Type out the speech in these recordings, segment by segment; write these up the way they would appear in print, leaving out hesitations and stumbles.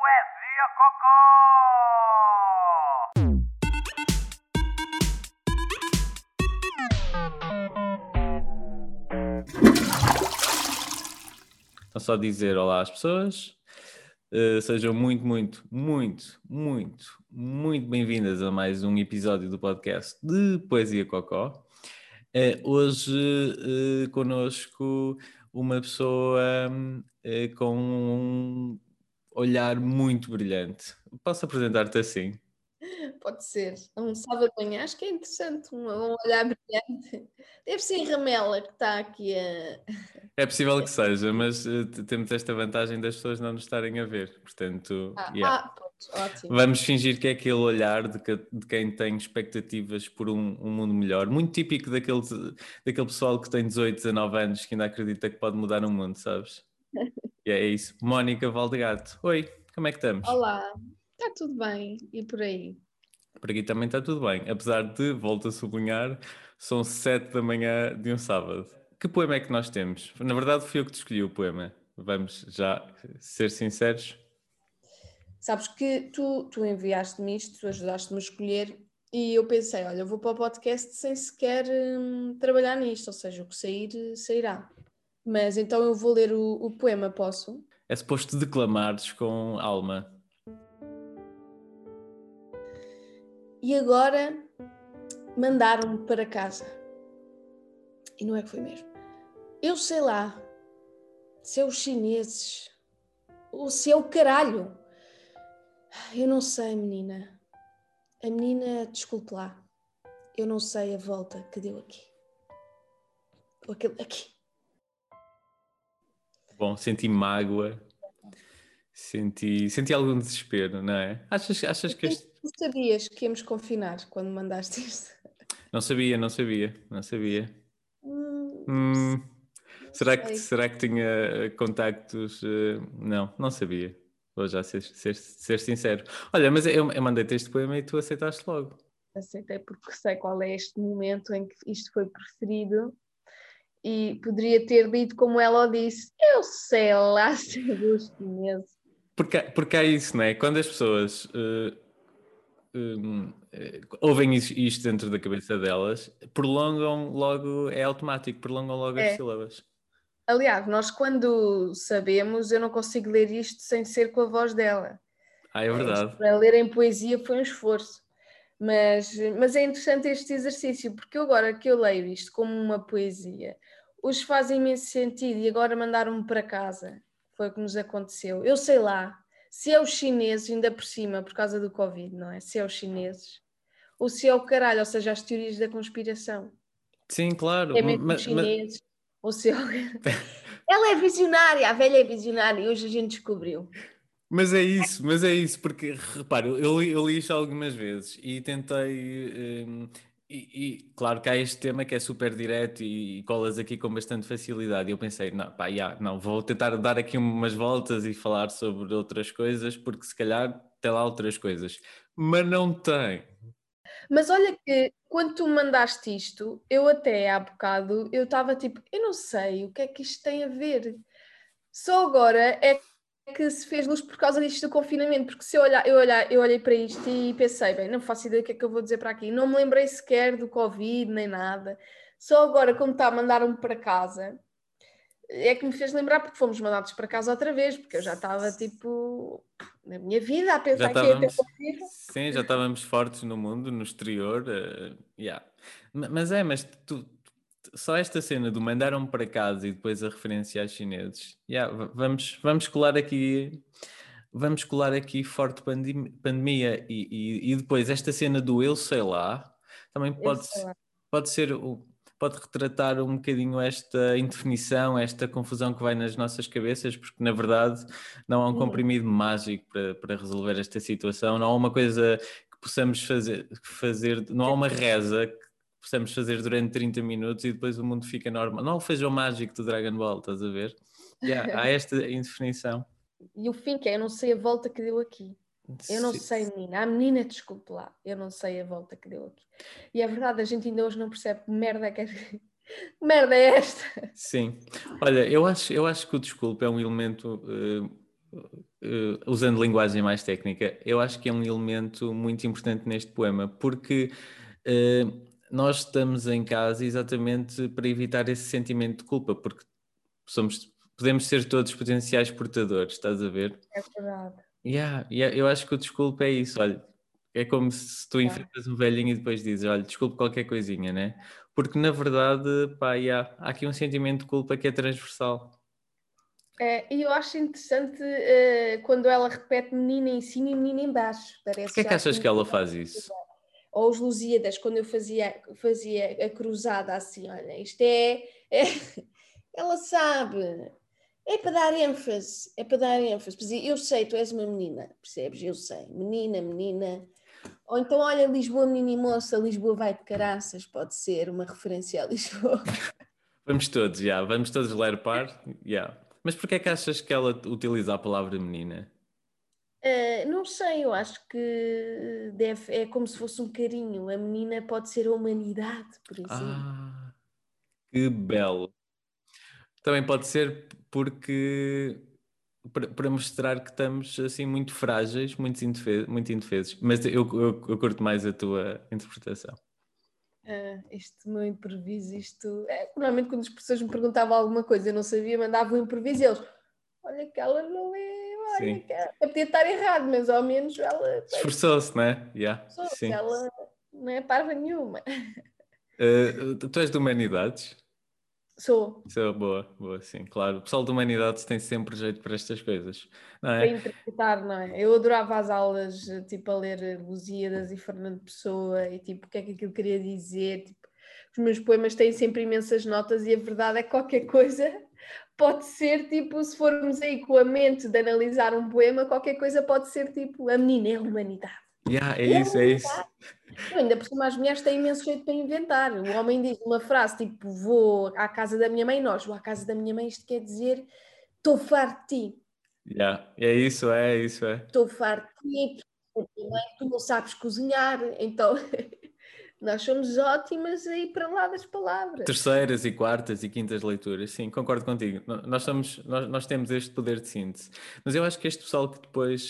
Poesia Cocó! Então só dizer olá às pessoas, sejam muito bem-vindas a mais um episódio do podcast de Poesia Cocó. Hoje connosco uma pessoa com um olhar muito brilhante. Posso apresentar-te assim? Pode ser. Um sábado de manhã, acho que é interessante, um olhar brilhante. Deve ser a Ramela que está aqui a... É possível que seja, mas temos esta vantagem das pessoas não nos estarem a ver, portanto, Pronto, ótimo. Vamos fingir que é aquele olhar de quem tem expectativas por um mundo melhor, muito típico daquele pessoal que tem 18, 19 anos que ainda acredita que pode mudar o mundo, sabes? E é isso. Mónica Valdegato, oi, como é que estamos? Olá, está tudo bem? E por aí? Por aqui também está tudo bem, apesar de, volto a sublinhar, são 7 da manhã de um sábado. Que poema é que nós temos? Na verdade fui eu que te escolhi o poema, vamos já ser sinceros. Sabes que tu enviaste-me isto, tu ajudaste-me a escolher e eu pensei, olha, eu vou para o podcast sem sequer trabalhar nisto, ou seja, o que sair, sairá. Mas então eu vou ler o poema, posso? É suposto declamares com alma. E agora mandaram-me para casa. E não é que foi mesmo. Eu sei lá se é os chineses ou se é o caralho. Eu não sei, menina. A menina, desculpe lá. Eu não sei a volta que deu aqui. Ou aquele aqui. Bom, senti mágoa, senti algum desespero, não é? Achas que este... Tu sabias que íamos confinar quando mandaste isto? Não sabia. Não sei. Será que tinha contactos? Não sabia. Vou já ser sincero. Olha, mas eu mandei-te este poema e tu aceitaste logo. Aceitei porque sei qual é este momento em que isto foi preferido e poderia ter dito como ela o disse. Eu sei lá se é dos chineses. Porque há isso, não é? Quando as pessoas ouvem isto dentro da cabeça delas, prolongam logo, é automático, prolongam logo as É. sílabas. Aliás, nós quando sabemos, eu não consigo ler isto sem ser com a voz dela. É verdade. Para ler em poesia foi um esforço. Mas é interessante este exercício, porque agora que eu leio isto como uma poesia, hoje faz imenso sentido e agora mandaram-me para casa. Foi o que nos aconteceu. Eu sei lá, se é os chineses, ainda por cima, por causa do Covid, não é? Se é os chineses, ou se é o caralho, ou seja, as teorias da conspiração. Sim, claro. É mesmo os chineses, ou se é o... Ela é visionária, a velha é visionária e hoje a gente descobriu. Mas é isso, porque repara, eu li isto algumas vezes e tentei. Claro que há este tema que é super direto e colas aqui com bastante facilidade. E eu pensei, não, pá, não, vou tentar dar aqui umas voltas e falar sobre outras coisas, porque se calhar tem lá outras coisas. Mas não tem. Mas olha que quando tu mandaste isto, eu até há bocado, eu estava tipo, eu não sei o que é que isto tem a ver. Só agora é que se fez luz por causa disto do confinamento, porque se eu olhei para isto e pensei, bem, não faço ideia do que é que eu vou dizer para aqui. Não me lembrei sequer do Covid, nem nada. Só agora, como está a mandar-me para casa, é que me fez lembrar, porque fomos mandados para casa outra vez, porque eu já estava, tipo, na minha vida, a Já pensar que ia ter estávamos, Covid. sim, já estávamos fortes no mundo, no exterior. Yeah. Mas só esta cena do mandaram para casa e depois a referência aos chineses. Yeah, vamos colar aqui forte pandemia e depois esta cena do eu sei lá também Eu sei lá. pode ser pode retratar um bocadinho esta indefinição, esta confusão que vai nas nossas cabeças, porque na verdade não há um comprimido mágico para resolver esta situação, não há uma coisa que possamos fazer, não há uma reza que possamos fazer durante 30 minutos e depois o mundo fica normal. Não há o feijão mágico do Dragon Ball, estás a ver? Há esta indefinição. E o fim que é, eu não sei a volta que deu aqui. Eu não sei, menina. A menina, desculpe lá. Eu não sei a volta que deu aqui. E é verdade, a gente ainda hoje não percebe que merda é que que merda é esta. Sim. Olha, eu acho que o desculpe é um elemento usando linguagem mais técnica, eu acho que é um elemento muito importante neste poema, porque nós estamos em casa exatamente para evitar esse sentimento de culpa, porque podemos ser todos potenciais portadores, estás a ver? É verdade. Eu acho que o desculpa é isso, olha, é como se tu enfrentas um velhinho e depois dizes, olha, desculpe qualquer coisinha, né? Porque na verdade, pá, há aqui um sentimento de culpa que é transversal. E eu acho interessante quando ela repete menina em cima e menina em baixo. Porquê Parece é que já achas assim. que ela faz isso? Ou os Lusíadas, quando eu fazia a cruzada assim, olha, ela sabe, é para dar ênfase, é para dar ênfase. Eu sei, tu és uma menina, percebes? Eu sei, menina, menina. Ou então, olha, Lisboa, menina e moça, Lisboa vai de caraças, pode ser uma referência a Lisboa. Vamos todos ler par, Mas porquê é que achas que ela utiliza a palavra menina? Não sei, eu acho que é como se fosse um carinho. A menina pode ser a humanidade, por exemplo. Ah, que belo. Também pode ser porque para mostrar que estamos assim muito frágeis, muito indefesos. Mas eu curto mais a tua interpretação. Este meu improviso, normalmente quando as pessoas me perguntavam alguma coisa, eu não sabia, mandava um improviso e eles, olha que ela não é, olha Sim. que ela, podia estar errado, mas ao menos ela, bem, Esforçou-se, não é? Sim. ela não é parva nenhuma. Tu és de humanidades? Sou, Isso é boa, boa, sim, claro. O pessoal de humanidades tem sempre jeito para estas coisas, não para é? interpretar, não é? Eu adorava as aulas, tipo, a ler Lusíadas e Fernando Pessoa e tipo, o que é que aquilo queria dizer, tipo, os meus poemas têm sempre imensas notas e a verdade é que qualquer coisa pode ser, tipo, se formos aí com a mente de analisar um poema, qualquer coisa pode ser, tipo, a menina é a humanidade. É É a isso, é isso. humanidade. Eu ainda por cima as mulheres têm imenso jeito para inventar. O homem diz uma frase, tipo, vou à casa da minha mãe, nós, vou à casa da minha mãe, isto quer dizer, estou farto de ti. É isso, é isso, é. Estou farto de ti, porque não é que tu não sabes cozinhar, então nós somos ótimas a ir para lá das palavras. Terceiras e quartas e quintas leituras, sim, concordo contigo. Nós temos este poder de síntese. Mas eu acho que este pessoal que depois,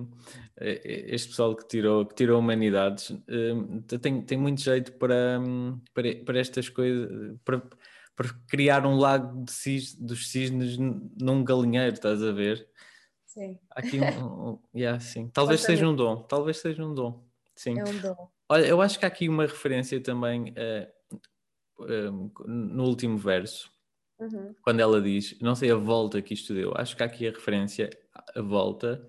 este pessoal que tirou humanidades, tem muito jeito para estas coisas, para criar um lago dos cisnes num galinheiro, estás a ver? Sim, Há aqui sim. Talvez seja completamente. um dom, talvez seja um dom, sim. É um dom. Olha, eu acho que há aqui uma referência também no último verso, Uhum. quando ela diz, não sei a volta que isto deu, acho que há aqui a referência à volta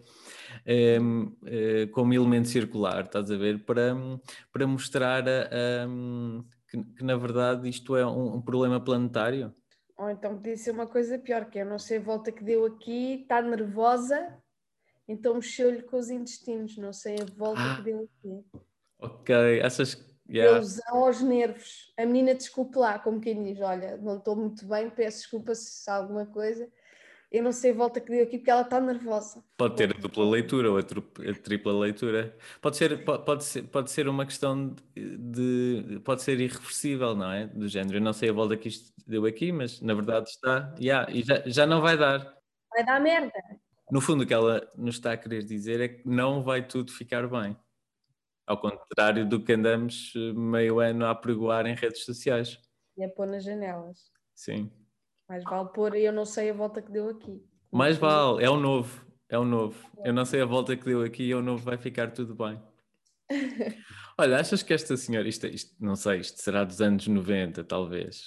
como elemento circular, estás a ver, para mostrar que na verdade isto é um problema planetário. Ou então podia ser uma coisa pior, que eu não sei a volta que deu aqui, está nervosa, então mexeu-lhe com os intestinos, não sei a volta que Ah, deu aqui. ok, achas que. Deu-lhe aos nervos. A menina desculpe lá, como quem diz, olha, não estou muito bem, peço desculpa se alguma coisa. Eu não sei a volta que deu aqui porque ela está nervosa. Pode ter a dupla leitura ou a tripla leitura. Pode ser uma questão pode ser irreversível, não é? Do género. Eu não sei a volta que isto deu aqui, mas na verdade está. E já não vai dar. Vai dar merda. No fundo, o que ela nos está a querer dizer é que não vai tudo ficar bem. Ao contrário do que andamos meio ano a apregoar em redes sociais. E a pôr nas janelas. Sim. Mais vale pôr, eu não sei a volta que deu aqui. Como Mais costuma dizer. vale, é o novo. É o novo. Eu não sei a volta que deu aqui, é o novo, vai ficar tudo bem. Olha, achas que esta senhora, isto não sei, isto será dos anos 90, talvez.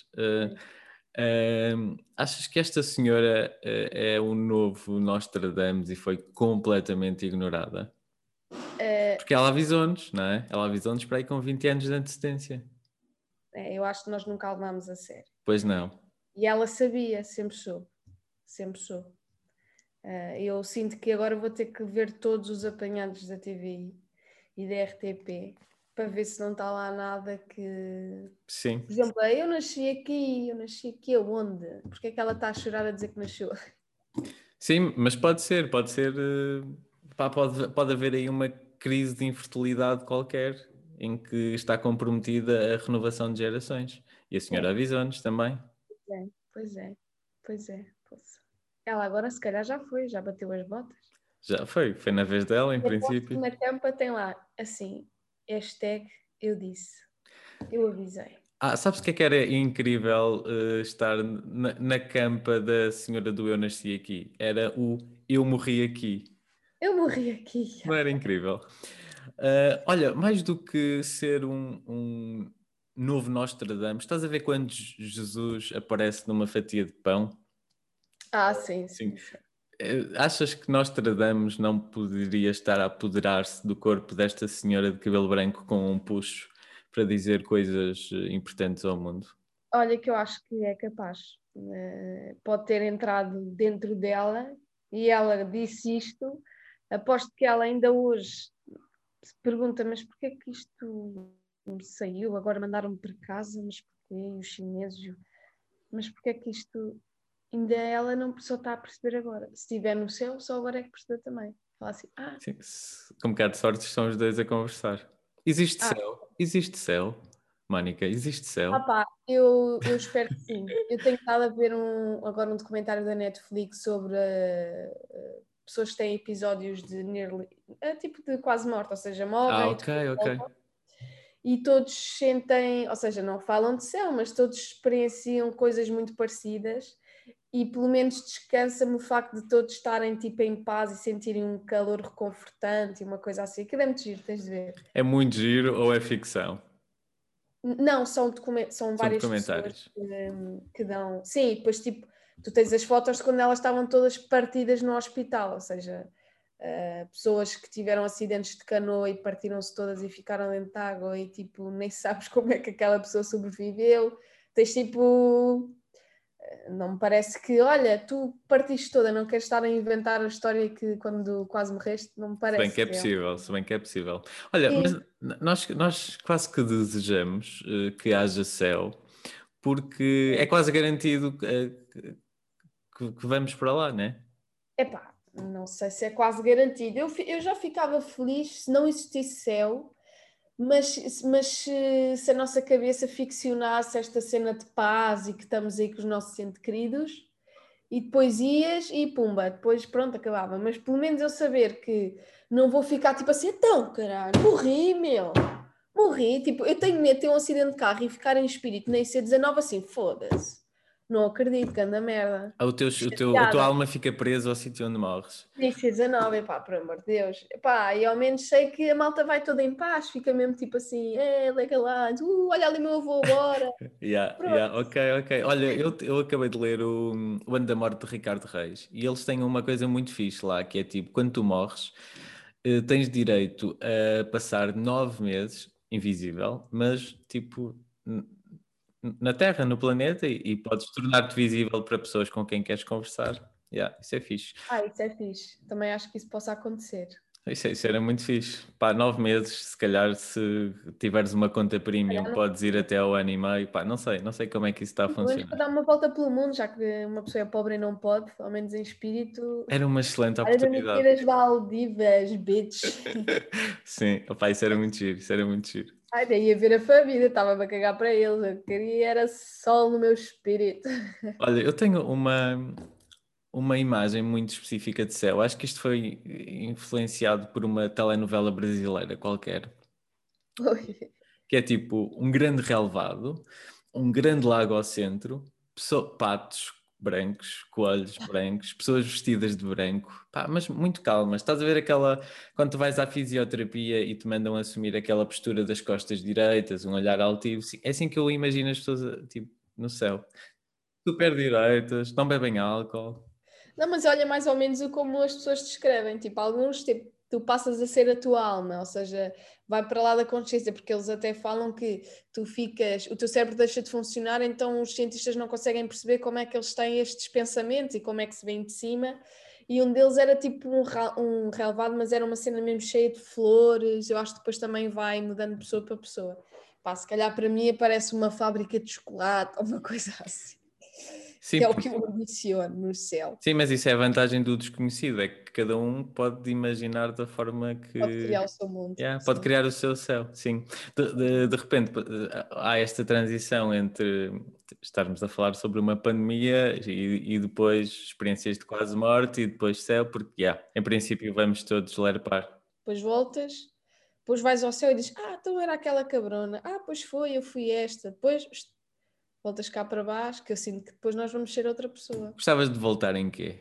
Achas que esta senhora é o novo Nostradamus e foi completamente ignorada? Porque ela avisou-nos, não é? Ela avisou-nos para aí com 20 anos de antecedência. Eu acho que nós nunca a levámos a sério. Pois não. E ela sabia, sempre soube. Sempre soube. Eu sinto que agora vou ter que ver todos os apanhados da TVI e da RTP para ver se não está lá nada que. Sim. Por exemplo, eu nasci aqui aonde? Porque é que ela está a chorar a dizer que nasceu? Sim, mas pode ser, pá, pode haver aí uma crise de infertilidade qualquer em que está comprometida a renovação de gerações. E a senhora É, avisou-nos também. pois é, pois é, pois é. Pois. Ela agora se calhar já foi, já bateu as botas. Já foi na vez dela, em A princípio. próxima campa tem lá, assim, hashtag eu disse, eu avisei. Sabes o que era incrível estar na campa da senhora do Eu Nasci Aqui? Era o Eu Morri Aqui. Eu morri aqui. Não era incrível? Olha, mais do que ser um novo Nostradamus, estás a ver quando Jesus aparece numa fatia de pão? Sim, Sim. sim, sim. Achas que Nostradamus não poderia estar a apoderar-se do corpo desta senhora de cabelo branco com um puxo para dizer coisas importantes ao mundo? Olha que eu acho que é capaz. Pode ter entrado dentro dela e ela disse isto. Aposto que ela ainda hoje se pergunta, mas porquê que isto saiu? Agora mandaram-me para casa, mas porquê? E os chineses, mas porquê que isto ainda ela não só está a perceber agora? Se estiver no céu, só agora é que percebeu também. Fala assim, Sim, com um bocado de sorte estão os dois a conversar. Existe ah, céu? Existe céu? Mónica, existe céu? pá, eu espero que sim. Eu tenho estado a ver agora um documentário da Netflix sobre pessoas que têm episódios de tipo de quase morte, ou seja, morrem e Ok, depois ok. voltam. E todos sentem, ou seja, não falam de céu, mas todos experienciam coisas muito parecidas e pelo menos descansa-me o facto de todos estarem tipo em paz e sentirem um calor reconfortante e uma coisa assim. Aquilo é muito giro, tens de ver. É muito giro ou é ficção? Não, são São várias pessoas documentários. que dão. Sim, e depois tipo, tu tens as fotos de quando elas estavam todas partidas no hospital, ou seja, pessoas que tiveram acidentes de canoa e partiram-se todas e ficaram dentro de água e tipo, nem sabes como é que aquela pessoa sobreviveu. Tens tipo. Não me parece que, olha, tu partiste toda, não queres estar a inventar a história que quando quase morreste, não me Se bem parece que é que é. possível, se bem que é possível. Olha, mas Sim, nós quase que desejamos que haja céu, porque é quase garantido que vamos para lá, né? epá, não sei se é quase garantido. Eu já ficava feliz se não existisse céu, mas se a nossa cabeça ficcionasse esta cena de paz e que estamos aí com os nossos entes queridos, e depois ias e pumba, depois pronto, acabava. Mas pelo menos eu saber que não vou ficar tipo assim, então caralho, morri, meu. Morri, tipo, eu tenho medo de ter um acidente de carro e ficar em espírito nem ser 19 assim, foda-se. Não acredito, que anda merda. A tua Chateada. alma fica presa ao sítio onde morres. Nem ser 19, epá, por amor de Deus. Epá, e ao menos sei que a malta vai toda em paz, fica mesmo tipo assim, legalado, olha ali meu avô agora. Pronto. Ok, ok. Olha, eu acabei de ler o Ano da Morte de Ricardo Reis e eles têm uma coisa muito fixe lá, que é tipo, quando tu morres, tens direito a passar 9 meses invisível, mas tipo na Terra, no planeta, e podes tornar-te visível para pessoas com quem queres conversar. Isso é fixe. Isso é fixe. Também acho que isso possa acontecer. Isso era muito fixe. Pá, 9 meses, se calhar, se tiveres uma conta premium, Calhar não- podes ir até ao ano e meio. Pá, não sei como é que isso está a Pelo menos funcionar. para dar uma volta pelo mundo, já que uma pessoa é pobre e não pode, ao menos em espírito. Era uma excelente Olha, dona oportunidade. as Maldivas, bitch. Sim, opá, isso era muito giro, isso era muito giro. Ai, daí a ver a família, estava-me a cagar para eles. Eu queria era sol no meu espírito. Olha, eu tenho uma imagem muito específica de céu. Acho que isto foi influenciado por uma telenovela brasileira qualquer. Oi. Que é tipo um grande relevado, um grande lago ao centro, patos brancos, coelhos brancos, pessoas vestidas de branco, pá, mas muito calmas. Estás a ver aquela, quando tu vais à fisioterapia e te mandam assumir aquela postura das costas direitas, um olhar altivo, é assim que eu imagino as pessoas, tipo, no céu. Super direitas, não bebem álcool. Não, mas olha mais ou menos como as pessoas descrevem. Tipo, alguns, tipo, tu passas a ser a tua alma, ou seja, vai para lá da consciência, porque eles até falam que o teu cérebro deixa de funcionar, então os cientistas não conseguem perceber como é que eles têm estes pensamentos e como é que se vêm de cima. E um deles era tipo um relevado, mas era uma cena mesmo cheia de flores. Eu acho que depois também vai mudando de pessoa para pessoa. Pá, se calhar para mim parece uma fábrica de chocolate ou uma coisa assim. Sim, que é o que eu ambiciono no céu. sim, mas isso é a vantagem do desconhecido, é que cada um pode imaginar da forma Pode que... criar o seu mundo. Yeah, pode Sim. criar o seu céu, sim. De repente há esta transição entre estarmos a falar sobre uma pandemia e depois experiências de quase morte e depois céu, porque em princípio vamos todos lerpar. Depois voltas, depois vais ao céu e dizes: então era aquela cabrona. Pois foi, eu fui esta. Depois voltas cá para baixo, que eu sinto que depois nós vamos ser outra pessoa. Gostavas de voltar em quê?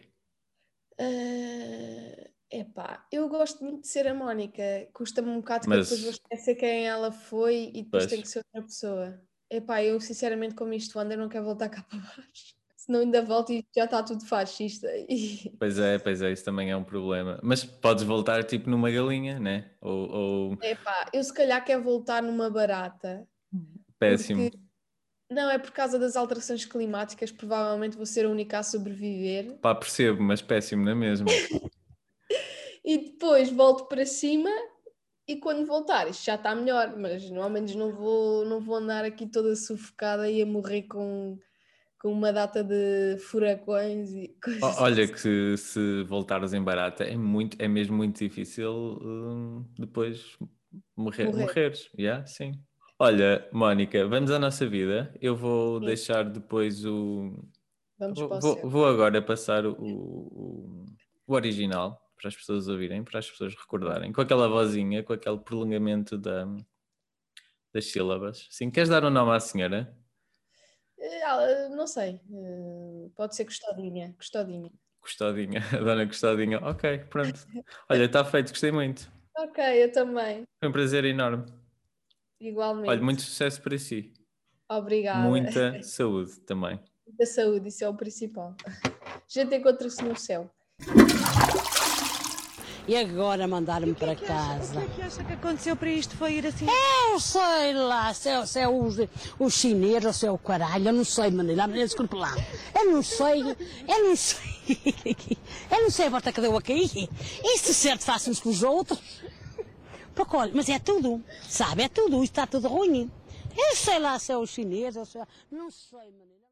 Epá, eu gosto muito de ser a Mónica. Custa-me um bocado que eu depois vou Mas, esquecer quem ela foi e depois tenho pois, que ser outra pessoa. Epá, eu sinceramente, como isto anda, eu não quero voltar cá para baixo. Senão ainda volto e já está tudo fascista. pois é, isso também é um problema. Mas podes voltar tipo numa galinha, né? Ou Epá, eu se calhar quero voltar numa barata. péssimo. Porque não é por causa das alterações climáticas, provavelmente vou ser a única a sobreviver. Pá, percebo, mas péssimo na mesma. E depois volto para cima e quando voltar, isto já está melhor, mas ao menos não vou andar aqui toda sufocada e a morrer com uma data de furacões e coisas Olha assim. que se voltares em barata é mesmo muito difícil depois Morrer. morreres. Sim. Olha, Mónica, vamos à nossa vida. Eu vou Sim, deixar depois vamos Vou, para o vou- céu. vou agora passar o original para as pessoas ouvirem, para as pessoas recordarem, com aquela vozinha, com aquele prolongamento das sílabas. Sim, queres dar um nome à senhora? Não sei, pode ser Custodinha, Custodinha. Gostadinha, a dona Gostadinha. Ok, pronto. Olha, está feito, gostei muito. Ok, eu também, Foi um prazer enorme. Olha, muito igualmente. sucesso para si. Obrigada. Muita saúde também. Da saúde, isso é o principal. A gente encontra-se no céu. E agora mandar-me para casa. O que é que acha que aconteceu para isto foi ir assim? Eu sei lá, se é os chineses ou se é o caralho, eu não sei, menina, desculpe lá. Eu não sei. Eu não sei a volta que deu a cair. Isso certo faço uns com os outros. Porque olha, mas é tudo, sabe, é tudo, isto está tudo ruim. Eu sei lá se é os chineses ou se é... Não sei, menina.